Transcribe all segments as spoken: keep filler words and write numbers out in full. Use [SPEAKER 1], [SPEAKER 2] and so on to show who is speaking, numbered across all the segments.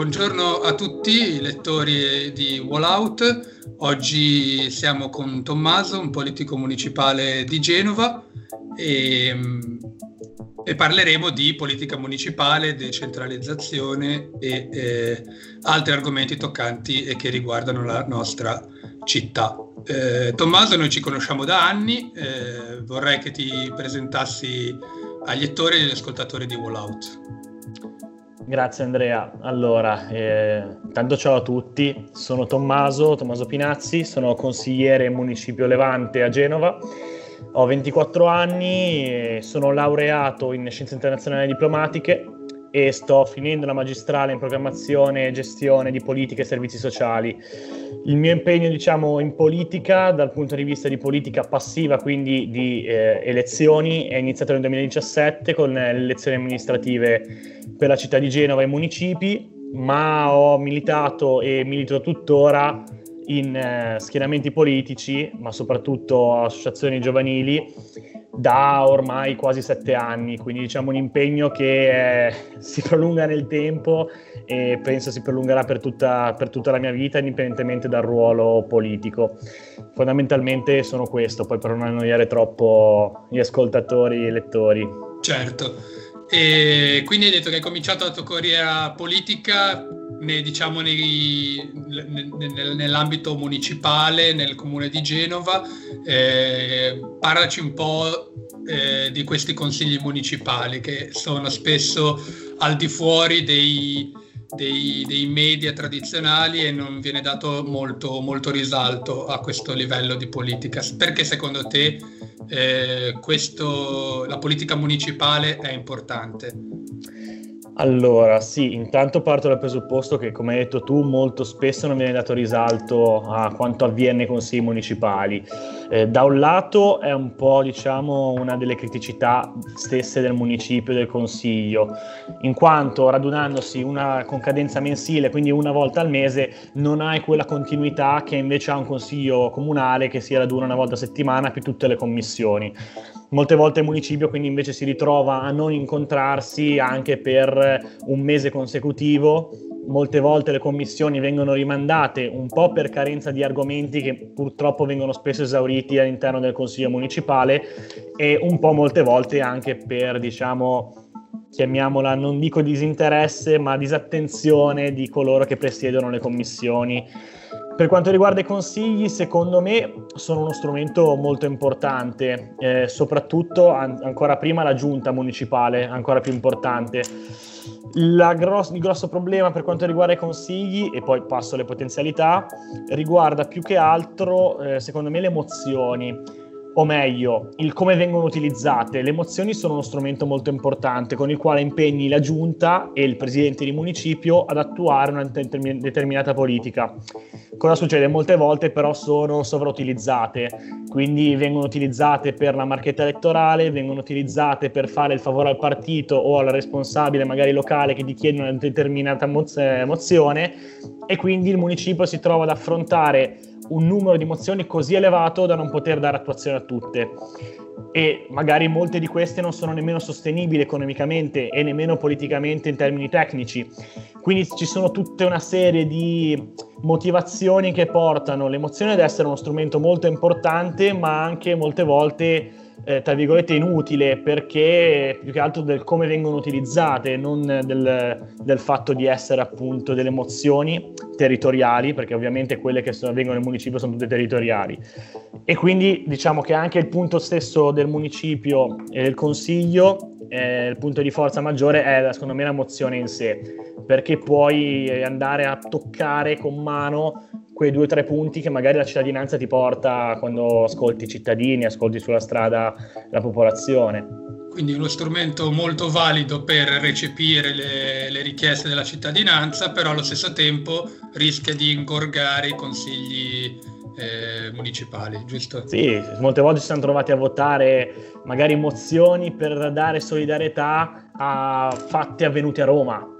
[SPEAKER 1] buongiorno a tutti i lettori di Wallout. Oggi siamo con Tommaso, un politico municipale di Genova, e, e parleremo di politica municipale, decentralizzazione e eh, altri argomenti toccanti e che riguardano la nostra città. Eh, Tommaso, noi ci conosciamo da anni, eh, vorrei che ti presentassi agli lettori e agli ascoltatori di Wallout.
[SPEAKER 2] Grazie Andrea. Allora, eh, tanto ciao a tutti, sono Tommaso, Tommaso Pinazzi, sono consigliere Municipio Levante a Genova, ho ventiquattro anni, e sono laureato in Scienze Internazionali Diplomatiche e sto finendo la magistrale in programmazione e gestione di politiche e servizi sociali. Il mio impegno, diciamo, in politica, dal punto di vista di politica passiva, quindi di eh, elezioni, è iniziato nel duemiladiciassette con le elezioni amministrative per la città di Genova e municipi, ma ho militato e milito tuttora in eh, schieramenti politici, ma soprattutto associazioni giovanili, da ormai quasi sette anni, quindi diciamo un impegno che eh, si prolunga nel tempo e penso si prolungherà per tutta, per tutta la mia vita, indipendentemente dal ruolo politico. Fondamentalmente sono questo, poi per non annoiare troppo gli ascoltatori e lettori.
[SPEAKER 1] Certo, e quindi hai detto che hai cominciato la tua carriera politica ne, diciamo nei, nel, nell'ambito municipale, nel comune di Genova. Eh, parlaci un po' eh, di questi consigli municipali che sono spesso al di fuori dei, dei, dei media tradizionali e non viene dato molto, molto risalto a questo livello di politica. Perché secondo te eh, questo, la politica municipale è importante?
[SPEAKER 2] Allora, sì, intanto parto dal presupposto che, come hai detto tu, molto spesso non viene dato risalto a quanto avviene nei consigli municipali. Eh, da un lato è un po', diciamo, una delle criticità stesse del municipio e del consiglio, in quanto radunandosi una, con cadenza mensile, quindi una volta al mese, non hai quella continuità che invece ha un consiglio comunale che si raduna una volta a settimana più tutte le commissioni. Molte volte il municipio quindi invece si ritrova a non incontrarsi anche per un mese consecutivo. Molte volte le commissioni vengono rimandate un po' per carenza di argomenti che purtroppo vengono spesso esauriti all'interno del consiglio municipale e un po' molte volte anche per, diciamo, chiamiamola, non dico disinteresse, ma disattenzione di coloro che presiedono le commissioni. Per quanto riguarda i consigli, secondo me sono uno strumento molto importante, eh, soprattutto an- ancora prima la giunta municipale, ancora più importante. La gross- il grosso problema per quanto riguarda i consigli, e poi passo alle potenzialità, riguarda più che altro, eh, secondo me, le emozioni. O meglio, il come vengono utilizzate. Le mozioni sono uno strumento molto importante con il quale impegni la giunta e il presidente di municipio ad attuare una determin- determinata politica. Cosa succede? Molte volte però sono sovrautilizzate, quindi vengono utilizzate per la marchetta elettorale, vengono utilizzate per fare il favore al partito o al responsabile magari locale che ti chiede una determinata moz- mozione, e quindi il municipio si trova ad affrontare un numero di mozioni così elevato da non poter dare attuazione a tutte, e magari molte di queste non sono nemmeno sostenibili economicamente e nemmeno politicamente in termini tecnici. Quindi ci sono tutta una serie di motivazioni che portano le mozioni ad essere uno strumento molto importante, ma anche molte volte eh, tra virgolette inutile, perché più che altro del come vengono utilizzate, non del, del fatto di essere appunto delle mozioni territoriali, perché ovviamente quelle che sono, vengono nel municipio sono tutte territoriali. E quindi diciamo che anche il punto stesso del municipio e del consiglio, eh, il punto di forza maggiore è secondo me la mozione in sé, perché puoi andare a toccare con mano quei due o tre punti che magari la cittadinanza ti porta quando ascolti i cittadini, ascolti sulla strada la popolazione.
[SPEAKER 1] Quindi uno strumento molto valido per recepire le, le richieste della cittadinanza, però allo stesso tempo rischia di ingorgare i consigli eh, municipali, giusto?
[SPEAKER 2] Sì, molte volte ci siamo trovati a votare magari mozioni per dare solidarietà a fatti avvenuti a Roma.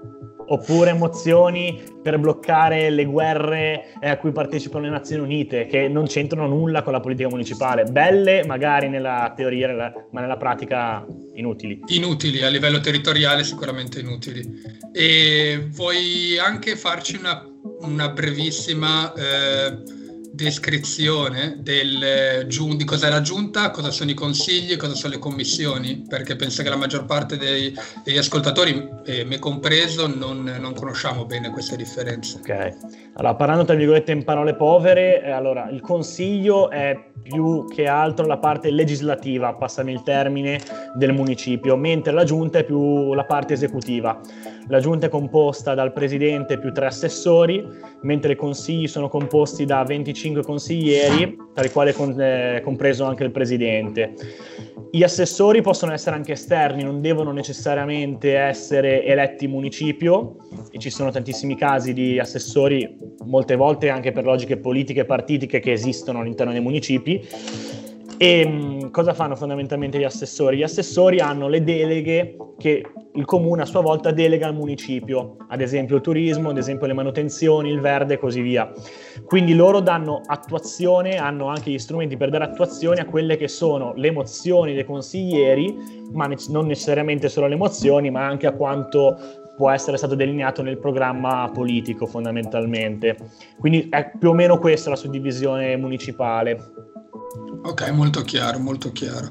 [SPEAKER 2] oppure mozioni per bloccare le guerre eh, a cui partecipano le Nazioni Unite, che non c'entrano nulla con la politica municipale, belle magari nella teoria, nella, ma nella pratica inutili.
[SPEAKER 1] Inutili, a livello territoriale sicuramente inutili. E vuoi anche farci una, una brevissima eh, descrizione del, di cos'è la giunta, cosa sono i consigli, cosa sono le commissioni, perché penso che la maggior parte dei, degli ascoltatori, eh, me compreso, non, non conosciamo bene queste differenze.
[SPEAKER 2] Ok, allora parlando tra virgolette in parole povere, eh, allora il consiglio è più che altro la parte legislativa, passami il termine, del municipio, mentre la giunta è più la parte esecutiva. La giunta è composta dal presidente più tre assessori, mentre i consigli sono composti da venticinque consiglieri, tra i quali è compreso anche il presidente. Gli assessori possono essere anche esterni, non devono necessariamente essere eletti in municipio, e ci sono tantissimi casi di assessori, molte volte anche per logiche politiche e partitiche, che esistono all'interno dei municipi. E mh, cosa fanno fondamentalmente gli assessori? Gli assessori hanno le deleghe che il comune a sua volta delega al municipio, ad esempio il turismo, ad esempio le manutenzioni, il verde e così via. Quindi loro danno attuazione, hanno anche gli strumenti per dare attuazione a quelle che sono le mozioni dei consiglieri, ma ne- non necessariamente solo le mozioni, ma anche a quanto può essere stato delineato nel programma politico fondamentalmente. Quindi è più o meno questa la suddivisione municipale.
[SPEAKER 1] Ok, molto chiaro, molto chiaro.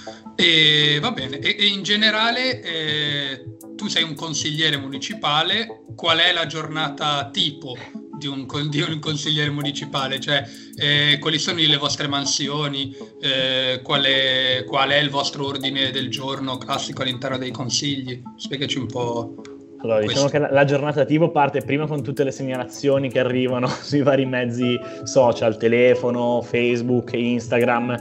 [SPEAKER 1] E va bene, e, e in generale eh, tu sei un consigliere municipale, qual è la giornata tipo di un, di un consigliere municipale? Cioè, eh, quali sono le vostre mansioni, eh, qual è, qual è il vostro ordine del giorno classico all'interno dei consigli? Spiegaci un po'.
[SPEAKER 2] Allora, diciamo che la, la giornata tipo parte prima con tutte le segnalazioni che arrivano sui vari mezzi social, telefono, Facebook, Instagram,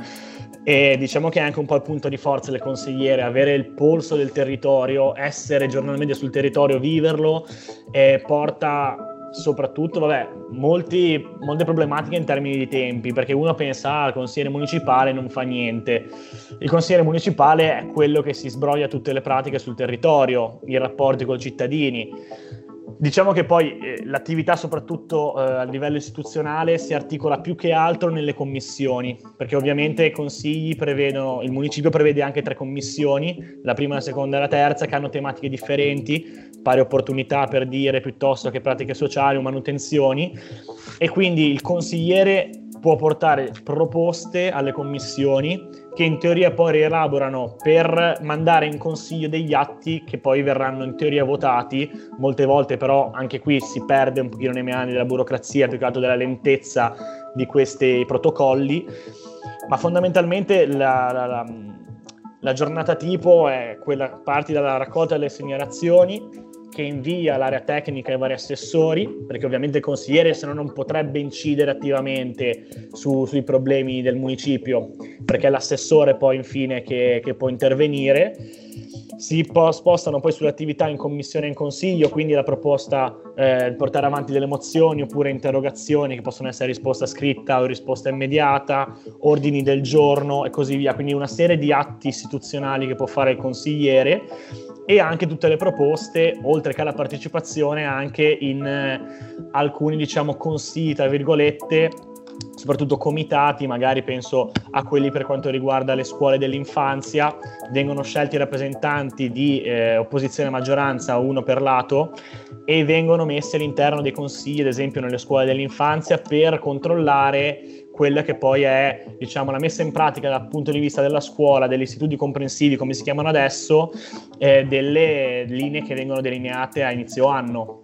[SPEAKER 2] e diciamo che è anche un po' il punto di forza del consigliere, avere il polso del territorio, essere giornalmente sul territorio, viverlo, e porta soprattutto, vabbè, molti, molte problematiche in termini di tempi, perché uno pensa, ah, il consigliere municipale non fa niente. Il consigliere municipale è quello che si sbroglia tutte le pratiche sul territorio, i rapporti con i cittadini. Diciamo che poi eh, l'attività soprattutto eh, a livello istituzionale si articola più che altro nelle commissioni, perché ovviamente i consigli prevedono, il municipio prevede anche tre commissioni, la prima, la seconda e la terza, che hanno tematiche differenti, pari opportunità per dire, piuttosto che pratiche sociali o manutenzioni, e quindi il consigliere può portare proposte alle commissioni che in teoria poi rielaborano per mandare in consiglio degli atti che poi verranno in teoria votati. Molte volte però anche qui si perde un pochino nei meandri della burocrazia, più che altro della lentezza di questi protocolli, ma fondamentalmente la, la, la, la giornata tipo è quella, parti dalla raccolta delle segnalazioni che invia l'area tecnica ai vari assessori, perché ovviamente il consigliere se no non potrebbe incidere attivamente su, sui problemi del municipio, perché è l'assessore poi infine che, che può intervenire. Si po- spostano poi sulle attività in commissione e in consiglio, quindi la proposta eh, di portare avanti delle mozioni oppure interrogazioni che possono essere risposta scritta o risposta immediata, ordini del giorno e così via, quindi una serie di atti istituzionali che può fare il consigliere, e anche tutte le proposte, oltre che alla partecipazione, anche in eh, alcuni, diciamo, consigli, tra virgolette, soprattutto comitati, magari penso a quelli per quanto riguarda le scuole dell'infanzia, vengono scelti rappresentanti di eh, opposizione e maggioranza, uno per lato, e vengono messi all'interno dei consigli, ad esempio nelle scuole dell'infanzia, per controllare quella che poi è, diciamo, la messa in pratica dal punto di vista della scuola, degli istituti comprensivi, come si chiamano adesso, eh, delle linee che vengono delineate a inizio anno.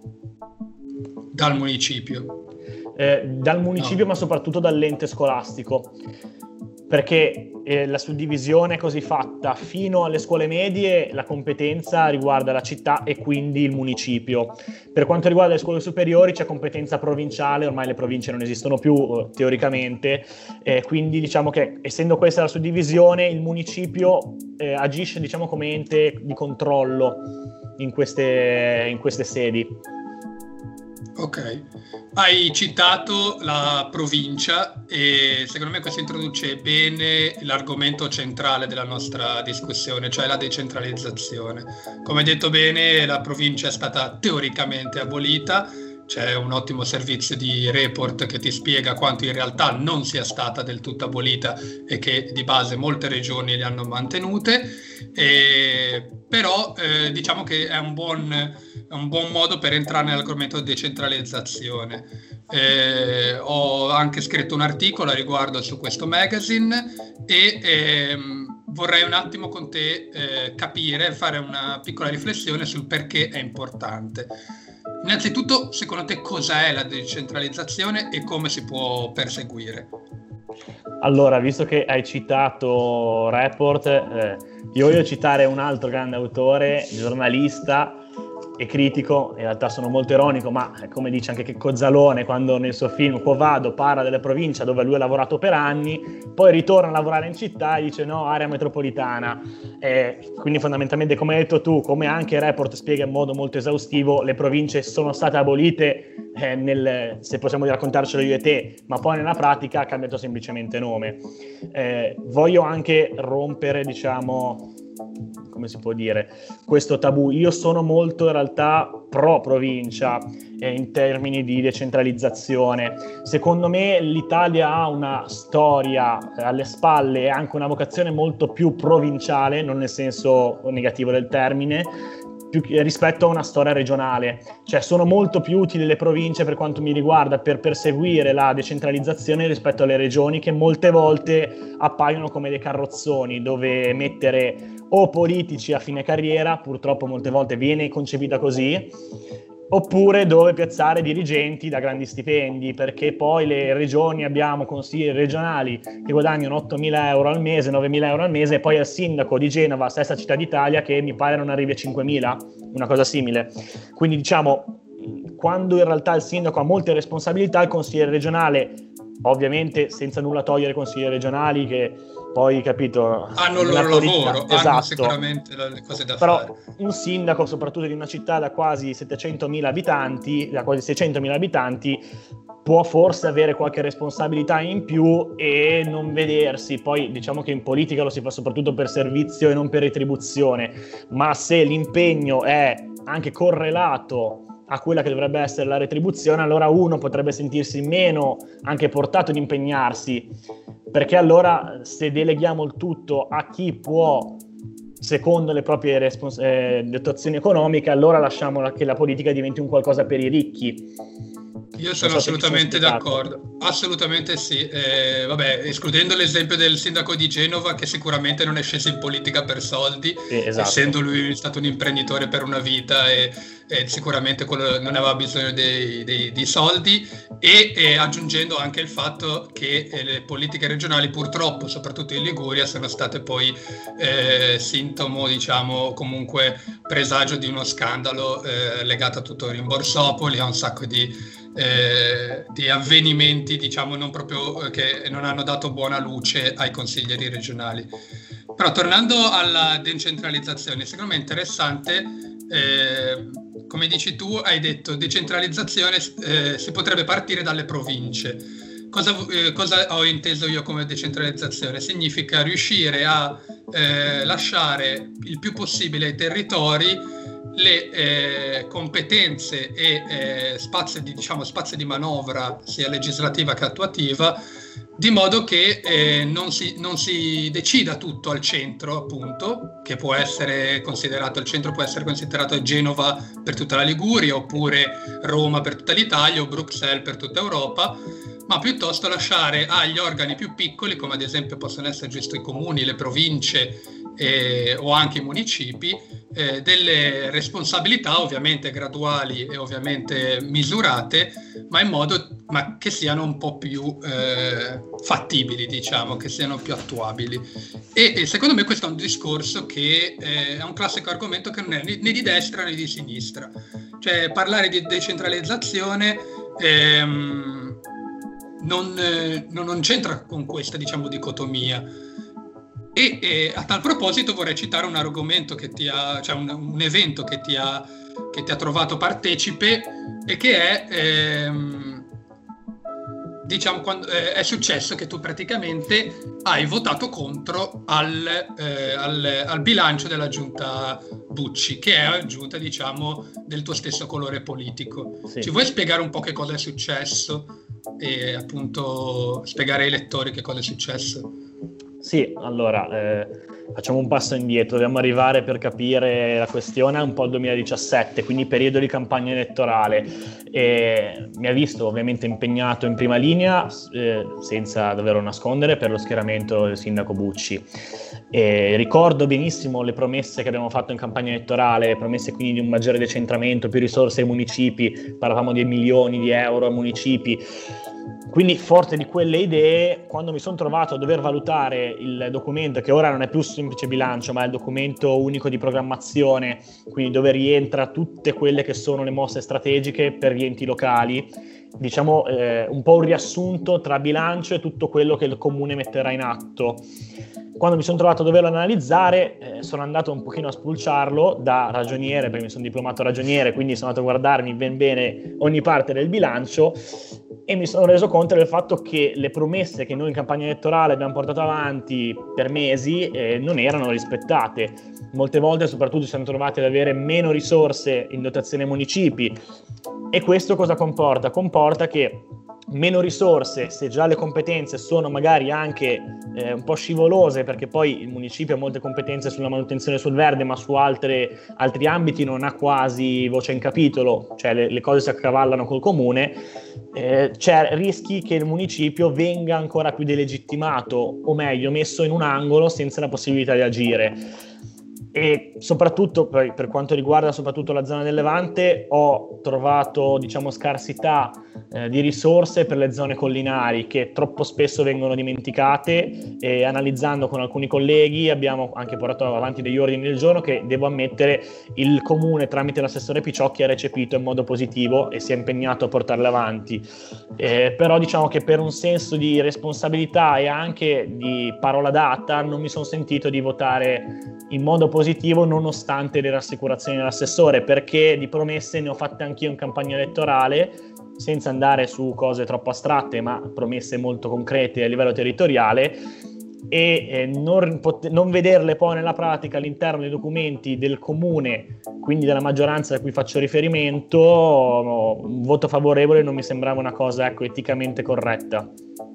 [SPEAKER 1] Dal municipio?
[SPEAKER 2] Eh, dal municipio, no, ma soprattutto dall'ente scolastico, perché eh, la suddivisione è così fatta: fino alle scuole medie la competenza riguarda la città e quindi il municipio. Per quanto riguarda le scuole superiori c'è competenza provinciale, ormai le province non esistono più eh, teoricamente, eh, quindi diciamo che, essendo questa la suddivisione, il municipio eh, agisce, diciamo, come ente di controllo in queste, in queste sedi.
[SPEAKER 1] Ok, hai citato la provincia e secondo me questo introduce bene l'argomento centrale della nostra discussione, cioè la decentralizzazione. Come hai detto bene, la provincia è stata teoricamente abolita, c'è un ottimo servizio di report che ti spiega quanto in realtà non sia stata del tutto abolita e che di base molte regioni le hanno mantenute, e, però eh, diciamo che è un buon, è un buon modo per entrare nell'argomento decentralizzazione. Eh, ho anche scritto un articolo a riguardo su questo magazine e ehm, vorrei un attimo con te eh, capire, fare una piccola riflessione sul perché è importante. Innanzitutto, secondo te cosa è la decentralizzazione e come si può perseguire?
[SPEAKER 2] Allora, visto che hai citato Report, eh, io voglio citare un altro grande autore, giornalista e critico, in realtà sono molto ironico, ma come dice anche Checco Zalone quando nel suo film Quo Vado parla delle province dove lui ha lavorato per anni, poi ritorna a lavorare in città e dice no, area metropolitana. Eh, quindi fondamentalmente, come hai detto tu, come anche Report spiega in modo molto esaustivo, le province sono state abolite, eh, nel, se possiamo raccontarcelo io e te, ma poi nella pratica ha cambiato semplicemente nome. Eh, voglio anche rompere, diciamo, come si può dire, questo tabù. Io sono molto in realtà pro provincia eh, in termini di decentralizzazione. Secondo me l'Italia ha una storia alle spalle e anche una vocazione molto più provinciale, non nel senso negativo del termine, più rispetto a una storia regionale. Cioè sono molto più utili le province per quanto mi riguarda per perseguire la decentralizzazione rispetto alle regioni, che molte volte appaiono come dei carrozzoni dove mettere o politici a fine carriera, purtroppo molte volte viene concepita così, oppure dove piazzare dirigenti da grandi stipendi, perché poi le regioni, abbiamo consiglieri regionali che guadagnano ottomila euro al mese, novemila euro al mese, e poi al sindaco di Genova, stessa città d'Italia, che mi pare non arrivi a cinquemila, una cosa simile. Quindi diciamo, quando in realtà il sindaco ha molte responsabilità, il consigliere regionale, ovviamente senza nulla togliere ai consiglieri regionali che poi, capito,
[SPEAKER 1] hanno il loro
[SPEAKER 2] politica,
[SPEAKER 1] lavoro,
[SPEAKER 2] esatto,
[SPEAKER 1] hanno sicuramente le cose da
[SPEAKER 2] però
[SPEAKER 1] fare.
[SPEAKER 2] Un sindaco, soprattutto di una città da quasi settecentomila abitanti, da quasi seicentomila abitanti, può forse avere qualche responsabilità in più e non vedersi, poi diciamo che in politica lo si fa soprattutto per servizio e non per retribuzione, ma se l'impegno è anche correlato a quella che dovrebbe essere la retribuzione, allora uno potrebbe sentirsi meno anche portato ad impegnarsi, perché allora se deleghiamo il tutto a chi può secondo le proprie respons- eh, dotazioni economiche, allora lasciamo la- che la politica diventi un qualcosa per i ricchi.
[SPEAKER 1] Io sono assolutamente d'accordo, assolutamente sì. Eh, vabbè, escludendo l'esempio del sindaco di Genova, che sicuramente non è sceso in politica per soldi,
[SPEAKER 2] Sì, esatto.
[SPEAKER 1] essendo lui stato un imprenditore per una vita e, e sicuramente quello non aveva bisogno dei, dei, dei soldi, e, e aggiungendo anche il fatto che eh, le politiche regionali purtroppo, soprattutto in Liguria, sono state poi eh, sintomo, diciamo, comunque presagio di uno scandalo eh, legato a tutto Rimborsopoli, a un sacco di Eh, di avvenimenti, diciamo, non proprio eh, che non hanno dato buona luce ai consiglieri regionali. Però tornando alla decentralizzazione, secondo me è interessante, eh, come dici tu, hai detto decentralizzazione, eh, si potrebbe partire dalle province. Cosa, eh, cosa ho inteso io come decentralizzazione? Significa riuscire a eh, lasciare il più possibile ai territori le eh, competenze e eh, spazi di, diciamo, spazi di manovra sia legislativa che attuativa, di modo che eh, non, si, non si decida tutto al centro, appunto, che può essere considerato, il centro può essere considerato Genova per tutta la Liguria, oppure Roma per tutta l'Italia, o Bruxelles per tutta Europa, ma piuttosto lasciare agli organi più piccoli, come ad esempio possono essere giusto i comuni, le province eh, o anche i municipi, eh, delle responsabilità ovviamente graduali e ovviamente misurate, ma in modo ma che siano un po' più eh, fattibili, diciamo, che siano più attuabili. E, e secondo me questo è un discorso che eh, è un classico argomento che non è né di destra né di sinistra. Cioè parlare di decentralizzazione ehm, Non, eh, non c'entra con questa, diciamo, dicotomia. E, e a tal proposito vorrei citare un argomento che ti ha, cioè un, un evento che ti ha, che ti ha trovato partecipe, e che è, ehm, diciamo, quando eh, è successo che tu praticamente hai votato contro al, eh, al, al bilancio della giunta Bucci, che è la giunta, diciamo, del tuo stesso colore politico. Sì. Ci vuoi spiegare un po' che cosa è successo e appunto spiegare ai lettori che cosa è successo?
[SPEAKER 2] Sì, allora eh, facciamo un passo indietro, dobbiamo arrivare per capire la questione un po' al duemiladiciassette, quindi periodo di campagna elettorale, e mi ha visto ovviamente impegnato in prima linea, eh, senza doverlo nascondere, per lo schieramento del sindaco Bucci. E ricordo benissimo le promesse che abbiamo fatto in campagna elettorale, promesse quindi di un maggiore decentramento, più risorse ai municipi, parlavamo di milioni di euro ai municipi. Quindi, forte di quelle idee, quando mi sono trovato a dover valutare il documento, che ora non è più un semplice bilancio, ma è il documento unico di programmazione, quindi dove rientra tutte quelle che sono le mosse strategiche per gli enti locali, diciamo eh, un po' un riassunto tra bilancio e tutto quello che il comune metterà in atto. Quando mi sono trovato a doverlo analizzare, eh, sono andato un pochino a spulciarlo da ragioniere, perché mi sono diplomato ragioniere, quindi sono andato a guardarmi ben bene ogni parte del bilancio, e mi sono reso conto del fatto che le promesse che noi in campagna elettorale abbiamo portato avanti per mesi eh, non erano rispettate. Molte volte soprattutto ci siamo trovati ad avere meno risorse in dotazione ai municipi, e questo cosa comporta? Comporta che meno risorse, se già le competenze sono magari anche eh, un po' scivolose, perché poi il municipio ha molte competenze sulla manutenzione sul verde, ma su altre, altri ambiti non ha quasi voce in capitolo, cioè le, le cose si accavallano col comune, eh, c'è rischi che il municipio venga ancora più delegittimato, o meglio messo in un angolo senza la possibilità di agire. E soprattutto per, per quanto riguarda soprattutto la zona del Levante, ho trovato, diciamo, scarsità eh, di risorse per le zone collinari, che troppo spesso vengono dimenticate, e analizzando con alcuni colleghi abbiamo anche portato avanti degli ordini del giorno che, devo ammettere, il comune tramite l'assessore Picciocchi ha recepito in modo positivo e si è impegnato a portarle avanti. Eh, però diciamo che per un senso di responsabilità e anche di parola data non mi sono sentito di votare in modo positivo, nonostante le rassicurazioni dell'assessore, perché di promesse ne ho fatte anch'io in campagna elettorale, senza andare su cose troppo astratte, ma promesse molto concrete a livello territoriale, e eh, non, pot- non vederle poi nella pratica all'interno dei documenti del comune, quindi della maggioranza a cui faccio riferimento, no, un voto favorevole non mi sembrava una cosa, ecco, eticamente corretta.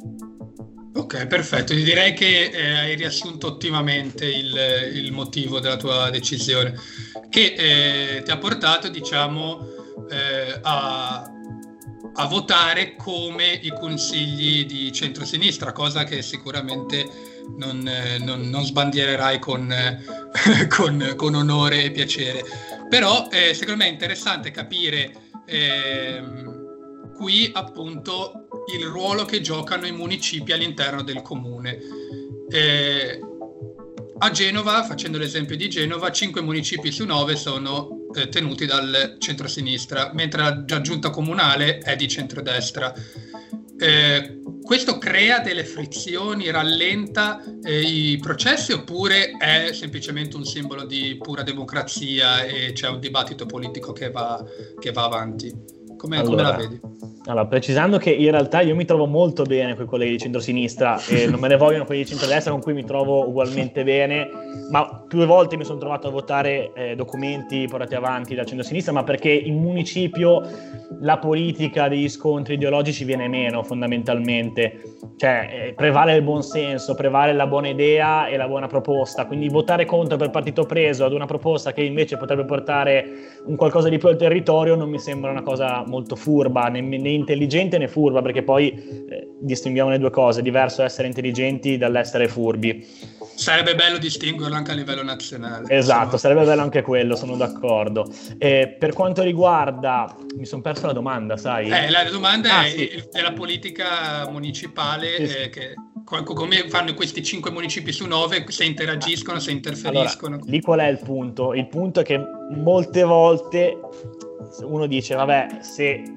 [SPEAKER 1] Ok, perfetto. Io direi che eh, hai riassunto ottimamente il, il motivo della tua decisione, che eh, ti ha portato, diciamo, eh, a, a votare come i consigli di centrosinistra, cosa che sicuramente non, eh, non, non sbandiererai con, eh, con, con onore e piacere. Però eh, secondo me è interessante capire eh, qui appunto il ruolo che giocano i municipi all'interno del comune. Eh, a Genova, facendo l'esempio di Genova, cinque municipi su nove sono eh, tenuti dal centrosinistra, mentre la giunta comunale è di centrodestra. Eh, questo crea delle frizioni, rallenta eh, i processi, oppure è semplicemente un simbolo di pura democrazia e c'è un dibattito politico che va, che va avanti? Come,
[SPEAKER 2] allora,
[SPEAKER 1] come la vedi?
[SPEAKER 2] Allora, precisando che in realtà io mi trovo molto bene con i colleghi di centrosinistra e non me ne vogliono quelli di centrodestra, con cui mi trovo ugualmente bene, ma più volte mi sono trovato a votare eh, documenti portati avanti dal centrosinistra, ma perché in municipio la politica degli scontri ideologici viene meno, fondamentalmente. Cioè eh, prevale il buon senso, prevale la buona idea e la buona proposta, quindi votare contro per partito preso ad una proposta che invece potrebbe portare un qualcosa di più al territorio non mi sembra una cosa molto furba, né, né intelligente né furba, perché poi eh, distinguiamo le due cose, è diverso essere intelligenti dall'essere furbi.
[SPEAKER 1] Sarebbe bello distinguerlo anche a livello nazionale.
[SPEAKER 2] Esatto,
[SPEAKER 1] insomma.
[SPEAKER 2] Sarebbe bello anche quello, sono d'accordo. Eh, per quanto riguarda, mi sono perso la domanda, sai?
[SPEAKER 1] Eh, la domanda
[SPEAKER 2] ah,
[SPEAKER 1] è,
[SPEAKER 2] sì.
[SPEAKER 1] è la politica municipale,
[SPEAKER 2] sì, sì.
[SPEAKER 1] Eh, che come fanno questi cinque municipi su nove, se interagiscono, se interferiscono.
[SPEAKER 2] Allora, lì qual è il punto? Il punto è che molte volte uno dice, vabbè, se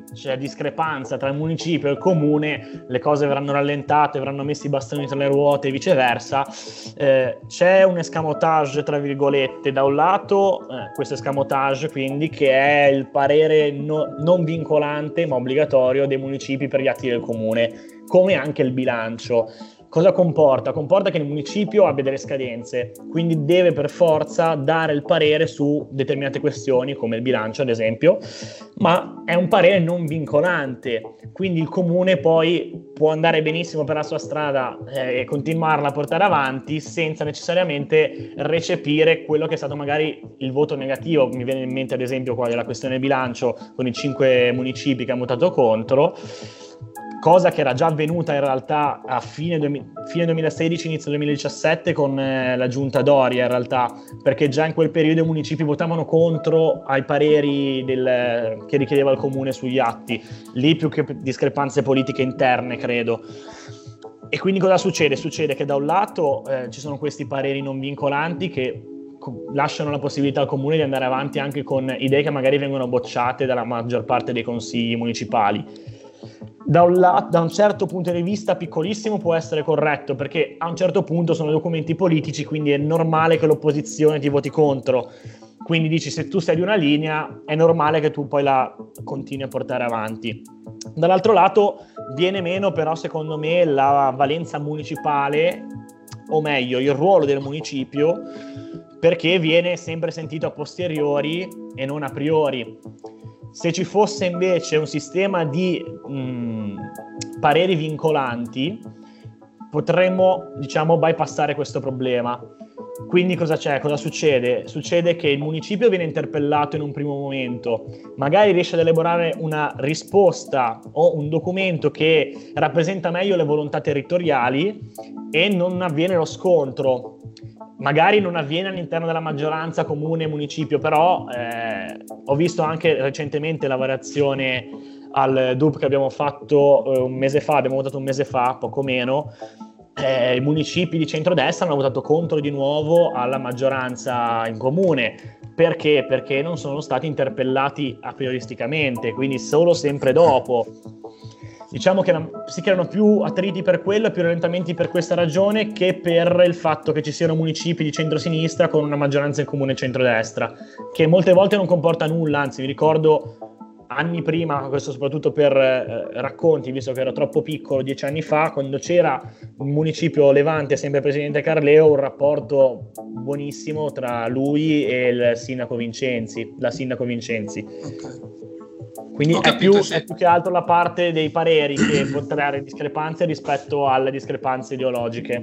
[SPEAKER 2] c'è discrepanza tra il municipio e il comune, le cose verranno rallentate, verranno messi i bastoni tra le ruote e viceversa. Eh, c'è un escamotage, tra virgolette, da un lato, eh, questo escamotage quindi, che è il parere no, non vincolante ma obbligatorio dei municipi per gli atti del comune, come anche il bilancio. Cosa comporta? Comporta che il municipio abbia delle scadenze, quindi deve per forza dare il parere su determinate questioni, come il bilancio ad esempio, ma è un parere non vincolante, quindi il comune poi può andare benissimo per la sua strada eh, e continuarla a portare avanti senza necessariamente recepire quello che è stato magari il voto negativo. Mi viene in mente ad esempio qua della questione bilancio con i cinque municipi che hanno votato contro, cosa che era già avvenuta in realtà a fine, fine duemilasedici, inizio duemiladiciassette con eh, la giunta Doria, in realtà, perché già in quel periodo i municipi votavano contro ai pareri del, che richiedeva il comune sugli atti, lì più che discrepanze politiche interne, credo. E quindi cosa succede? Succede che da un lato eh, ci sono questi pareri non vincolanti che lasciano la possibilità al comune di andare avanti anche con idee che magari vengono bocciate dalla maggior parte dei consigli municipali. Da un, la- da un certo punto di vista piccolissimo può essere corretto, perché a un certo punto sono documenti politici, quindi è normale che l'opposizione ti voti contro, quindi dici se tu sei di una linea è normale che tu poi la continui a portare avanti. Dall'altro lato viene meno però secondo me la valenza municipale, o meglio il ruolo del municipio, perché viene sempre sentito a posteriori e non a priori. Se ci fosse invece un sistema di mh, pareri vincolanti, potremmo, diciamo, bypassare questo problema. Quindi cosa c'è? Cosa succede? Succede che il municipio viene interpellato in un primo momento, magari riesce ad elaborare una risposta o un documento che rappresenta meglio le volontà territoriali e non avviene lo scontro. Magari non avviene all'interno della maggioranza comune e municipio, però eh, ho visto anche recentemente la variazione al D U P che abbiamo fatto eh, un mese fa, abbiamo votato un mese fa, poco meno. Eh, i municipi di centrodestra hanno votato contro di nuovo alla maggioranza in comune. Perché? Perché non sono stati interpellati a prioristicamente, quindi solo sempre dopo. Diciamo che si creano più attriti per quello e più rallentamenti per questa ragione che per il fatto che ci siano municipi di centrosinistra con una maggioranza in comune centrodestra, che molte volte non comporta nulla, anzi vi ricordo anni prima, questo soprattutto per eh, racconti, visto che ero troppo piccolo, dieci anni fa, quando c'era un municipio Levante, sempre presidente Carleo, un rapporto buonissimo tra lui e il sindaco Vincenzi, la sindaco Vincenzi.
[SPEAKER 1] Okay.
[SPEAKER 2] Quindi
[SPEAKER 1] Ho
[SPEAKER 2] è,
[SPEAKER 1] capito,
[SPEAKER 2] più,
[SPEAKER 1] sì.
[SPEAKER 2] è più che altro la parte dei pareri che può trarre discrepanze rispetto alle discrepanze ideologiche.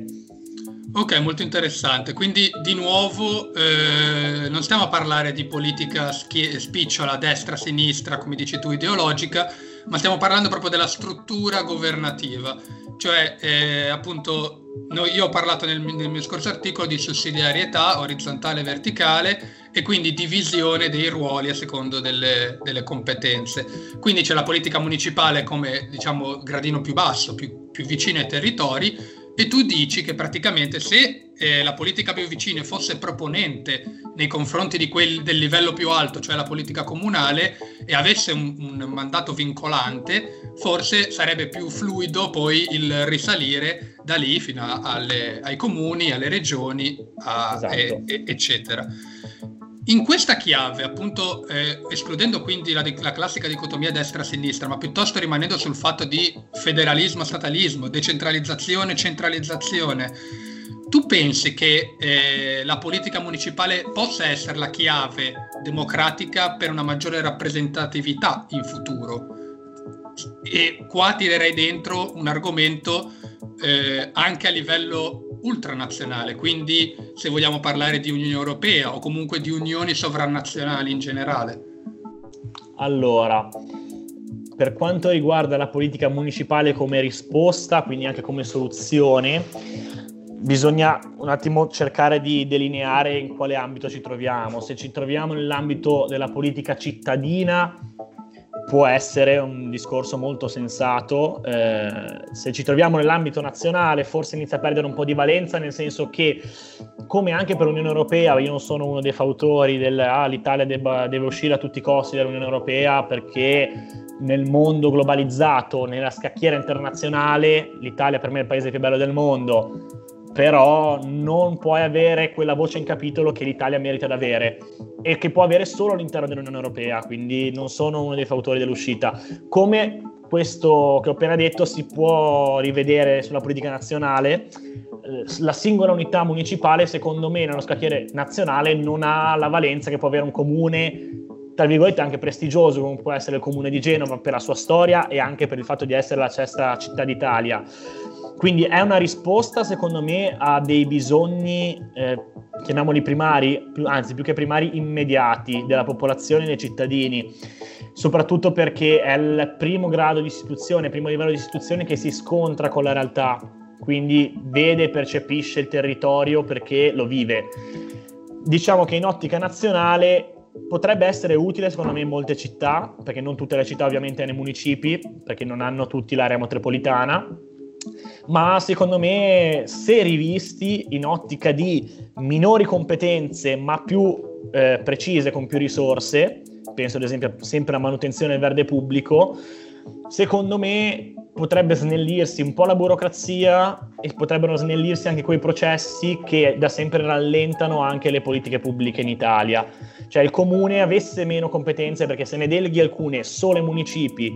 [SPEAKER 1] Ok, molto interessante. Quindi di nuovo eh, non stiamo a parlare di politica schie- spicciola destra-sinistra, come dici tu, ideologica, ma stiamo parlando proprio della struttura governativa. Cioè, eh, appunto, no, io ho parlato nel, nel mio scorso articolo di sussidiarietà orizzontale e verticale e quindi divisione dei ruoli a secondo delle, delle competenze. Quindi c'è la politica municipale come, diciamo, gradino più basso, più, più vicino ai territori, e tu dici che praticamente se eh, la politica più vicina fosse proponente nei confronti di quel del livello più alto, cioè la politica comunale, e avesse un, un mandato vincolante, forse sarebbe più fluido poi il risalire da lì fino a, alle, ai comuni, alle regioni, a,
[SPEAKER 2] Esatto.
[SPEAKER 1] e, e, eccetera. In questa chiave, appunto, eh, escludendo quindi la, la classica dicotomia destra-sinistra, ma piuttosto rimanendo sul fatto di federalismo-statalismo, decentralizzazione-centralizzazione, tu pensi che eh, la politica municipale possa essere la chiave democratica per una maggiore rappresentatività in futuro? E qua tirerei dentro un argomento eh, anche a livello ultranazionale, quindi se vogliamo parlare di Unione Europea o comunque di unioni sovranazionali in generale.
[SPEAKER 2] Allora, per quanto riguarda la politica municipale come risposta, quindi anche come soluzione, bisogna un attimo cercare di delineare in quale ambito ci troviamo. Se ci troviamo nell'ambito della politica cittadina, può essere un discorso molto sensato. Eh, se ci troviamo nell'ambito nazionale forse inizia a perdere un po' di valenza, nel senso che, come anche per l'Unione Europea, io non sono uno dei fautori del ah, l'Italia debba, deve uscire a tutti i costi dall'Unione Europea perché nel mondo globalizzato, nella scacchiera internazionale, l'Italia per me è il paese più bello del mondo, però non puoi avere quella voce in capitolo che l'Italia merita di avere e che può avere solo all'interno dell'Unione Europea, quindi non sono uno dei fautori dell'uscita. Come questo che ho appena detto si può rivedere sulla politica nazionale, la singola unità municipale secondo me nello scacchiere nazionale non ha la valenza che può avere un comune tra virgolette anche prestigioso come può essere il comune di Genova per la sua storia e anche per il fatto di essere la sesta città d'Italia. Quindi è una risposta secondo me a dei bisogni, eh, chiamiamoli primari, più, anzi più che primari immediati della popolazione e dei cittadini, soprattutto perché è il primo grado di istituzione, il primo livello di istituzione che si scontra con la realtà, quindi vede e percepisce il territorio perché lo vive. Diciamo che in ottica nazionale potrebbe essere utile secondo me in molte città, perché non tutte le città ovviamente hanno i municipi, perché non hanno tutti l'area metropolitana, ma secondo me se rivisti in ottica di minori competenze ma più eh, precise, con più risorse, penso ad esempio sempre alla manutenzione del verde pubblico, secondo me potrebbe snellirsi un po' la burocrazia e potrebbero snellirsi anche quei processi che da sempre rallentano anche le politiche pubbliche in Italia. Cioè il comune avesse meno competenze, perché se ne deleghi alcune solo ai municipi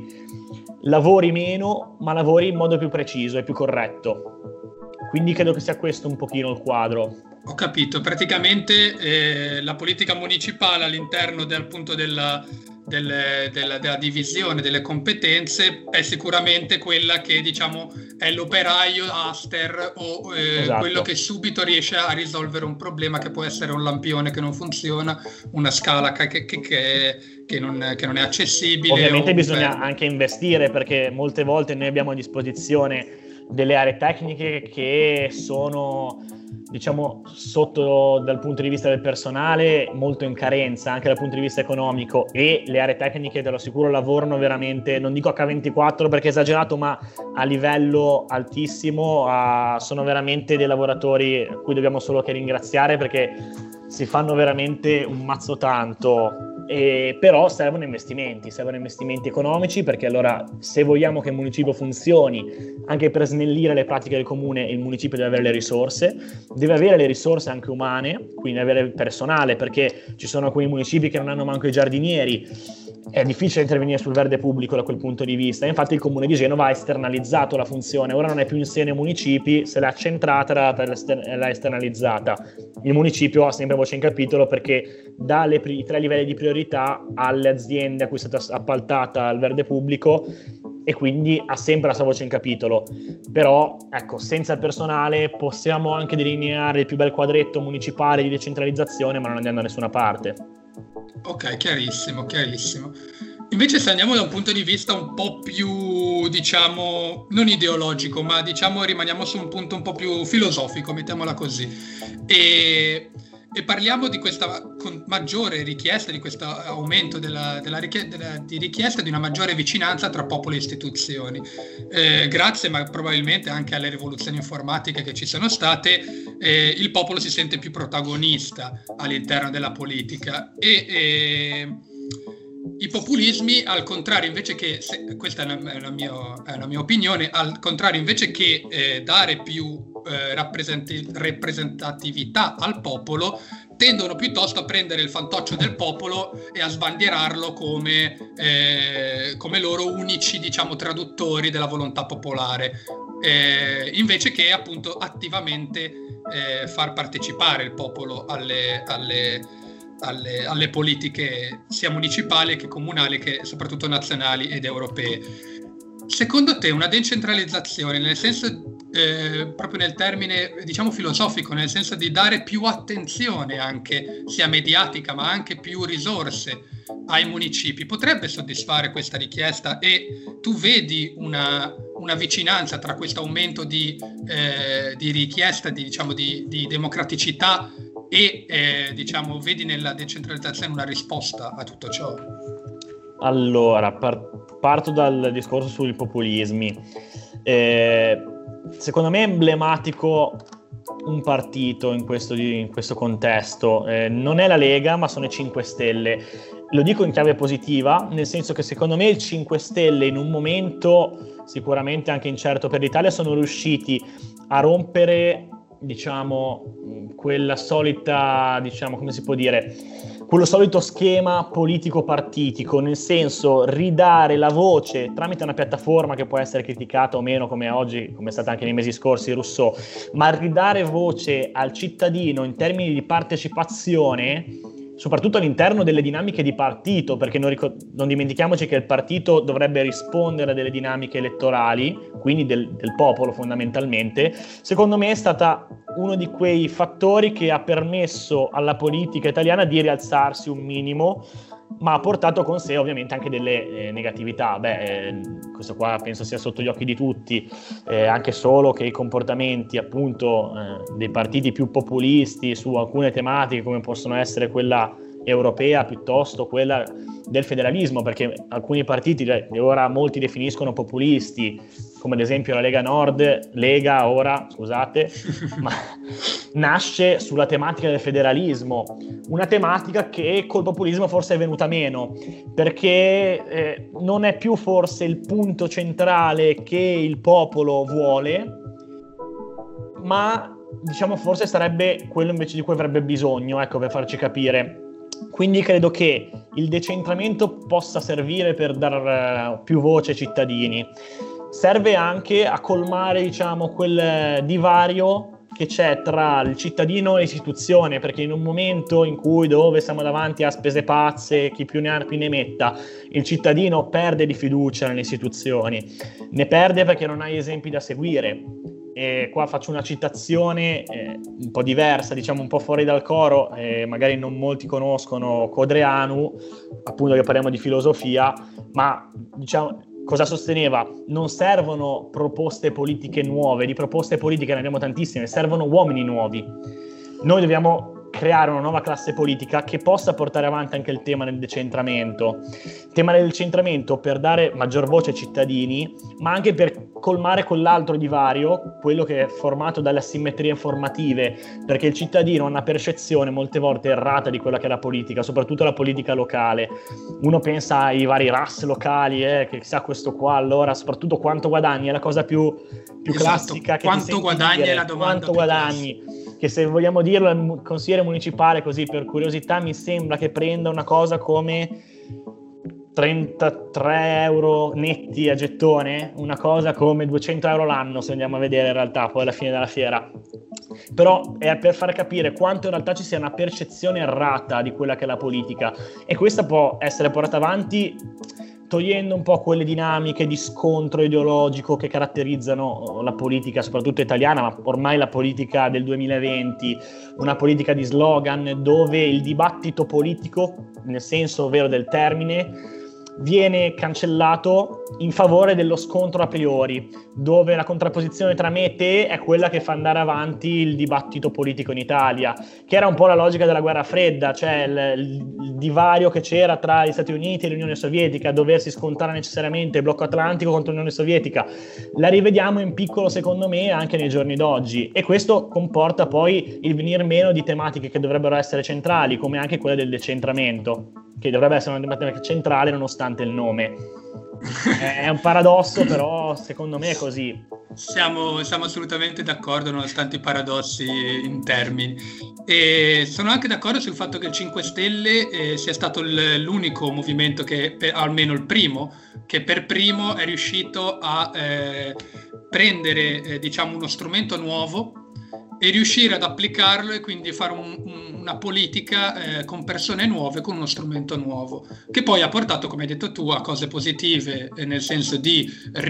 [SPEAKER 2] lavori meno, ma lavori in modo più preciso e più corretto. Quindi credo che sia questo un pochino il quadro.
[SPEAKER 1] Ho capito, praticamente eh, la politica municipale all'interno del punto della, delle, della, della divisione delle competenze è sicuramente quella che diciamo è l'operaio aster o eh,
[SPEAKER 2] esatto.
[SPEAKER 1] quello che subito riesce a risolvere un problema che può essere un lampione che non funziona, una scala che, che, che, che, non, che non è accessibile.
[SPEAKER 2] Ovviamente bisogna
[SPEAKER 1] fermo.
[SPEAKER 2] anche investire, perché molte volte noi abbiamo a disposizione delle aree tecniche che sono, diciamo, sotto dal punto di vista del personale molto in carenza, anche dal punto di vista economico, e le aree tecniche te lo assicuro lavorano veramente, non dico acca ventiquattro perché è esagerato, ma a livello altissimo, a, sono veramente dei lavoratori a cui dobbiamo solo che ringraziare, perché si fanno veramente un mazzo tanto. E però servono investimenti, servono investimenti economici, perché allora se vogliamo che il municipio funzioni, anche per snellire le pratiche del comune, il municipio deve avere le risorse, deve avere le risorse anche umane, quindi avere il personale, perché ci sono alcuni municipi che non hanno manco i giardinieri. È difficile intervenire sul verde pubblico da quel punto di vista. Infatti il comune di Genova ha esternalizzato la funzione, ora non è più in sé nei municipi, se l'ha accentrata e l'ha esternalizzata. Il municipio ha sempre voce in capitolo, perché dà le, i tre livelli di priorità alle aziende a cui è stata appaltata il verde pubblico, e quindi ha sempre la sua voce in capitolo. Però ecco, senza il personale possiamo anche delineare il più bel quadretto municipale di decentralizzazione, ma non andiamo da nessuna parte.
[SPEAKER 1] Ok, chiarissimo, chiarissimo. Invece se andiamo da un punto di vista un po' più, diciamo, non ideologico, ma diciamo rimaniamo su un punto un po' più filosofico, mettiamola così, e, e parliamo di questa maggiore richiesta, di questo aumento della, della richie- della, di richiesta di una maggiore vicinanza tra popolo e istituzioni. Eh, grazie, ma probabilmente anche alle rivoluzioni informatiche che ci sono state, eh, il popolo si sente più protagonista all'interno della politica e... e i populismi, al contrario, invece che, se, questa è una, è, una mio, è una mia opinione, al contrario, invece che eh, dare più eh, rappresenti, rappresentatività al popolo, tendono piuttosto a prendere il fantoccio del popolo e a sbandierarlo come, eh, come loro unici, diciamo, traduttori della volontà popolare, eh, invece che appunto attivamente eh, far partecipare il popolo alle... alle Alle, alle politiche sia municipali che comunali che soprattutto nazionali ed europee. Secondo te una decentralizzazione, nel senso eh, proprio nel termine diciamo filosofico, nel senso di dare più attenzione anche sia mediatica ma anche più risorse ai municipi, potrebbe soddisfare questa richiesta? E tu vedi una, una vicinanza tra questo aumento di, eh, di richiesta di, diciamo, di, di democraticità e eh, diciamo vedi nella decentralizzazione una risposta a tutto ciò?
[SPEAKER 2] Allora, par- parto dal discorso sui populismi. Eh, secondo me è emblematico un partito in questo, in questo contesto. Eh, non è la Lega, ma sono i cinque Stelle. lo dico in chiave positiva, nel senso che secondo me il cinque Stelle in un momento sicuramente anche incerto per l'Italia sono riusciti a rompere, diciamo, quella solita, diciamo, come si può dire, quello solito schema politico-partitico, nel senso ridare la voce tramite una piattaforma che può essere criticata o meno, come oggi, come è stata anche nei mesi scorsi Rousseau, ma ridare voce al cittadino in termini di partecipazione, soprattutto all'interno delle dinamiche di partito, perché non, ricor- non dimentichiamoci che il partito dovrebbe rispondere a delle dinamiche elettorali, quindi del, del popolo fondamentalmente. Secondo me è stata uno di quei fattori che ha permesso alla politica italiana di rialzarsi un minimo, ma ha portato con sé ovviamente anche delle eh, negatività. Beh, eh, questo qua penso sia sotto gli occhi di tutti, eh, anche solo che i comportamenti appunto eh, dei partiti più populisti su alcune tematiche, come possono essere quella europea piuttosto quella del federalismo, perché alcuni partiti ora molti definiscono populisti, come ad esempio la Lega Nord, Lega ora, scusate, ma nasce sulla tematica del federalismo, una tematica che col populismo forse è venuta meno, perché eh, non è più forse il punto centrale che il popolo vuole, ma diciamo forse sarebbe quello invece di cui avrebbe bisogno, ecco, per farci capire. Quindi credo che il decentramento possa servire per dar uh, più voce ai cittadini. Serve anche a colmare, diciamo, quel divario che c'è tra il cittadino e l'istituzione, perché in un momento in cui dove siamo davanti a spese pazze, chi più ne ha più ne metta, il cittadino perde di fiducia nelle istituzioni, ne perde perché non ha esempi da seguire. E qua faccio una citazione eh, un po' diversa, diciamo un po' fuori dal coro, eh, magari non molti conoscono Codreanu, appunto che parliamo di filosofia, ma diciamo cosa sosteneva? Non servono proposte politiche nuove, di proposte politiche ne abbiamo tantissime, servono uomini nuovi. Noi dobbiamo creare una nuova classe politica che possa portare avanti anche il tema del decentramento. Il tema del decentramento per dare maggior voce ai cittadini, ma anche per colmare quell'altro divario, quello che è formato dalle asimmetrie informative, perché il cittadino ha una percezione molte volte errata di quella che è la politica, soprattutto la politica locale. Uno pensa ai vari R A S locali, eh, che sa questo qua, allora soprattutto quanto guadagni, è la cosa più, più
[SPEAKER 1] esatto.
[SPEAKER 2] classica che
[SPEAKER 1] quanto
[SPEAKER 2] ti senti
[SPEAKER 1] guadagni
[SPEAKER 2] dire,
[SPEAKER 1] è la domanda
[SPEAKER 2] quanto guadagni. Classica. Che se vogliamo dirlo, il consigliere municipale, così per curiosità, mi sembra che prenda una cosa come trentatré euro netti a gettone, una cosa come duecento euro l'anno, se andiamo a vedere in realtà poi alla fine della fiera. Però è per far capire quanto in realtà ci sia una percezione errata di quella che è la politica, e questa può essere portata avanti togliendo un po' quelle dinamiche di scontro ideologico che caratterizzano la politica, soprattutto italiana, ma ormai la politica del duemilaventi, una politica di slogan dove il dibattito politico, nel senso vero del termine, viene cancellato in favore dello scontro a priori, dove la contrapposizione tra me e te è quella che fa andare avanti il dibattito politico in Italia, che era un po' la logica della guerra fredda, cioè il, il divario che c'era tra gli Stati Uniti e l'Unione Sovietica, doversi scontare necessariamente il blocco atlantico contro l'Unione Sovietica. La rivediamo in piccolo, secondo me, anche nei giorni d'oggi, e questo comporta poi il venir meno di tematiche che dovrebbero essere centrali, come anche quella del decentramento, che dovrebbe essere una tematica centrale nonostante il nome. È un paradosso, però secondo me è così.
[SPEAKER 1] Siamo, siamo assolutamente d'accordo nonostante i paradossi in termini, e sono anche d'accordo sul fatto che il cinque Stelle eh, sia stato l- l'unico movimento che, per, almeno il primo, che per primo è riuscito a eh, prendere eh, diciamo uno strumento nuovo e riuscire ad applicarlo, e quindi fare un, un, una politica eh, con persone nuove, con uno strumento nuovo, che poi ha portato, come hai detto tu, a cose positive, eh, nel senso di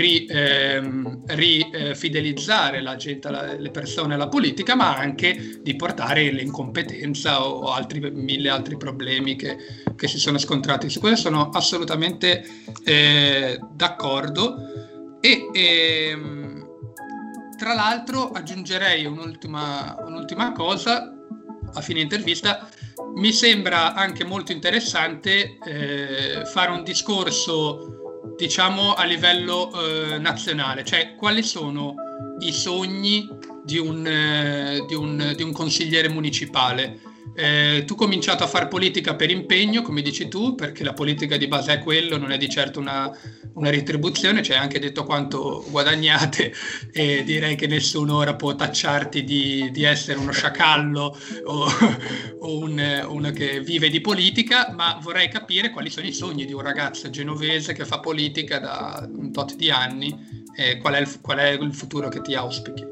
[SPEAKER 1] rifidelizzare ri, eh, la gente, la, le persone alla politica, ma anche di portare l'incompetenza o, o altri, mille altri problemi che, che si sono scontrati. Su questo sono assolutamente eh, d'accordo. E ehm, tra l'altro aggiungerei un'ultima, un'ultima cosa a fine intervista. Mi sembra anche molto interessante eh, fare un discorso, diciamo, a livello eh, nazionale, cioè quali sono i sogni di un, eh, di un, di un consigliere municipale. Eh, tu hai cominciato a fare politica per impegno, come dici tu, perché la politica di base è quello, non è di certo una, una ritribuzione, ci hai anche detto quanto guadagnate e direi che nessuno ora può tacciarti di, di essere uno sciacallo o, o un, uno che vive di politica, ma vorrei capire quali sono i sogni di un ragazzo genovese che fa politica da un tot di anni e qual è il, qual è il futuro che ti auspichi.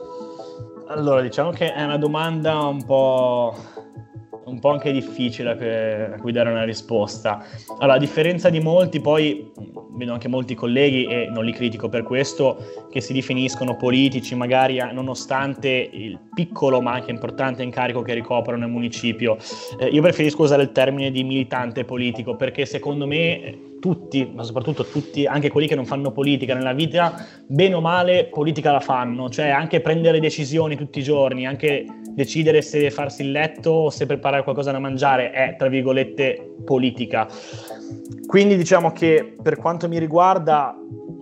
[SPEAKER 2] Allora, diciamo che è una domanda un po', un po' anche difficile a cui dare una risposta. Allora, a differenza di molti, poi vedo anche molti colleghi, e non li critico per questo, che si definiscono politici, magari nonostante il piccolo ma anche importante incarico che ricoprono nel municipio. Eh, io preferisco usare il termine di militante politico, perché secondo me tutti, ma soprattutto tutti, anche quelli che non fanno politica nella vita, bene o male politica la fanno, cioè anche prendere decisioni tutti i giorni, anche decidere se farsi il letto o se preparare qualcosa da mangiare è, tra virgolette, politica. Quindi diciamo che per quanto mi riguarda,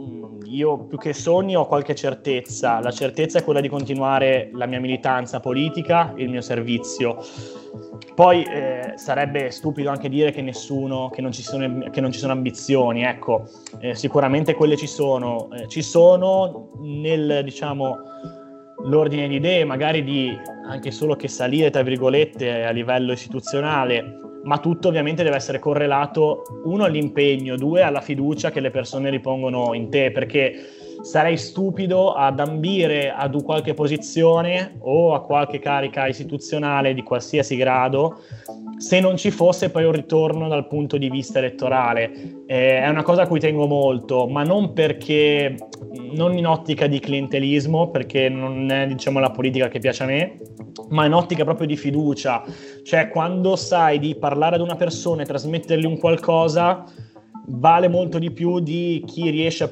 [SPEAKER 2] io più che sogni ho qualche certezza. La certezza è quella di continuare la mia militanza politica, il mio servizio. Poi eh, sarebbe stupido anche dire che nessuno, che non ci sono, che non ci sono ambizioni, ecco, eh, sicuramente quelle ci sono, eh, ci sono nel, diciamo, l'ordine di idee, magari di anche solo che salire, tra virgolette, a livello istituzionale, ma tutto ovviamente deve essere correlato, uno, all'impegno, due, alla fiducia che le persone ripongono in te, perché sarei stupido ad ambire ad qualche posizione o a qualche carica istituzionale di qualsiasi grado se non ci fosse poi un ritorno dal punto di vista elettorale. Eh, è una cosa a cui tengo molto, ma non perché, non in ottica di clientelismo, perché non è, diciamo, la politica che piace a me, ma in ottica proprio di fiducia. Cioè, quando sai di parlare ad una persona e trasmettergli un qualcosa, vale molto di più di chi riesce a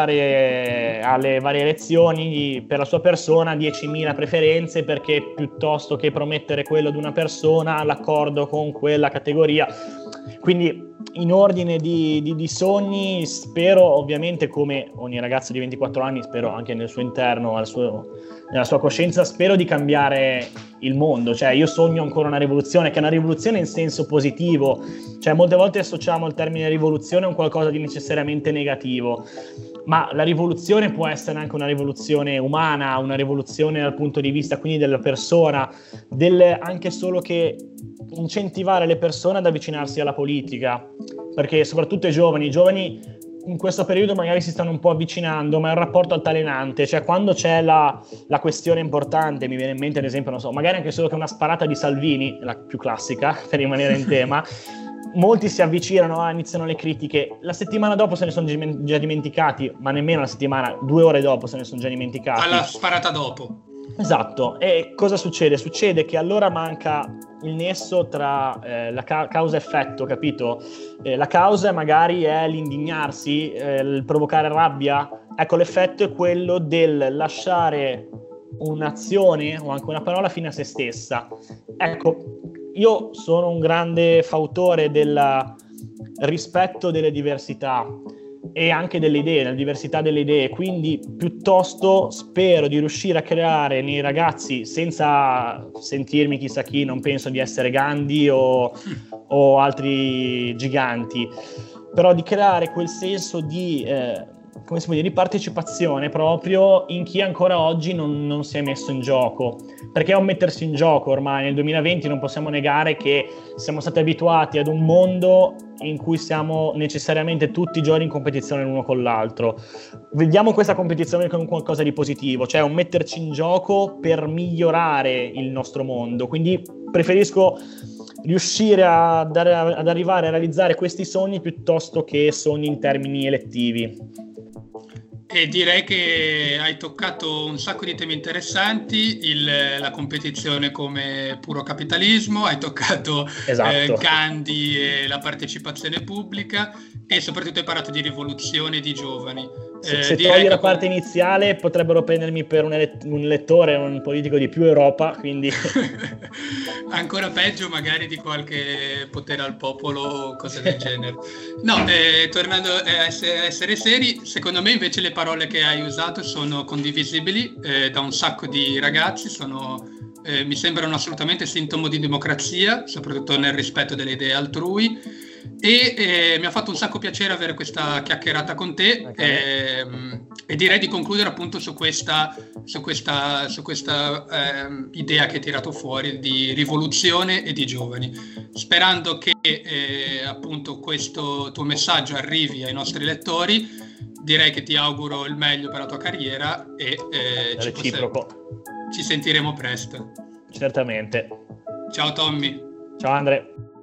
[SPEAKER 2] portare alle varie elezioni per la sua persona diecimila preferenze, perché piuttosto che promettere quello ad una persona l'accordo con quella categoria. Quindi in ordine di, di, di sogni, spero ovviamente, come ogni ragazzo di ventiquattro anni, spero anche nel suo interno, al suo, nella sua coscienza, spero di cambiare il mondo. Cioè, io sogno ancora una rivoluzione, che è una rivoluzione in senso positivo. Cioè, molte volte associamo il termine rivoluzione a un qualcosa di necessariamente negativo, ma la rivoluzione può essere anche una rivoluzione umana, una rivoluzione dal punto di vista quindi della persona, del, anche solo che incentivare le persone ad avvicinarsi alla politica, perché soprattutto i giovani, i giovani in questo periodo magari si stanno un po' avvicinando, ma è un rapporto altalenante. Cioè, quando c'è la, la questione importante, mi viene in mente ad esempio, non so, magari anche solo che una sparata di Salvini, la più classica per rimanere in tema, molti si avvicinano, ah, iniziano le critiche, la settimana dopo se ne sono già dimenticati, ma nemmeno la settimana, due ore dopo se ne sono già dimenticati.
[SPEAKER 1] Alla sparata dopo.
[SPEAKER 2] Esatto. E cosa succede? Succede che allora manca il nesso tra eh, la ca- causa-effetto, capito? Eh, la causa magari è l'indignarsi, eh, il provocare rabbia. Ecco, l'effetto è quello del lasciare un'azione o anche una parola fine a se stessa. Ecco, io sono un grande fautore del rispetto delle diversità e anche delle idee, la diversità delle idee, quindi piuttosto spero di riuscire a creare nei ragazzi, senza sentirmi chissà chi, non penso di essere Gandhi o, o altri giganti, però di creare quel senso di, eh, come si può dire, di partecipazione proprio in chi ancora oggi non, non si è messo in gioco, perché è un mettersi in gioco ormai. Nel duemilaventi non possiamo negare che siamo stati abituati ad un mondo in cui siamo necessariamente tutti i giorni in competizione l'uno con l'altro. Vediamo questa competizione come qualcosa di positivo, cioè un metterci in gioco per migliorare il nostro mondo. Quindi preferisco riuscire a dare, ad arrivare a realizzare questi sogni piuttosto che sogni in termini elettivi.
[SPEAKER 1] E direi che hai toccato un sacco di temi interessanti, il, la competizione come puro capitalismo, hai toccato
[SPEAKER 2] esatto.
[SPEAKER 1] eh, Gandhi e la partecipazione pubblica, e soprattutto hai parlato di rivoluzione di giovani.
[SPEAKER 2] Se, eh, se togli la com- parte iniziale potrebbero prendermi per un, ele- un elettore, un politico di più Europa, quindi
[SPEAKER 1] ancora peggio magari di qualche potere al popolo o cose del genere. No, eh, tornando a essere, a essere seri, secondo me invece le parole che hai usato sono condivisibili eh, da un sacco di ragazzi, sono eh, mi sembrano assolutamente sintomo di democrazia, soprattutto nel rispetto delle idee altrui. E eh, mi ha fatto un sacco piacere avere questa chiacchierata con te, okay. e, e direi di concludere appunto su questa, su questa, su questa eh, idea che hai tirato fuori di rivoluzione e di giovani, sperando che eh, appunto questo tuo messaggio arrivi ai nostri lettori. Direi che ti auguro il meglio per la tua carriera e eh, ci,
[SPEAKER 2] reciproco.
[SPEAKER 1] ci sentiremo presto.
[SPEAKER 2] Certamente.
[SPEAKER 1] Ciao Tommy.
[SPEAKER 2] Ciao Andre.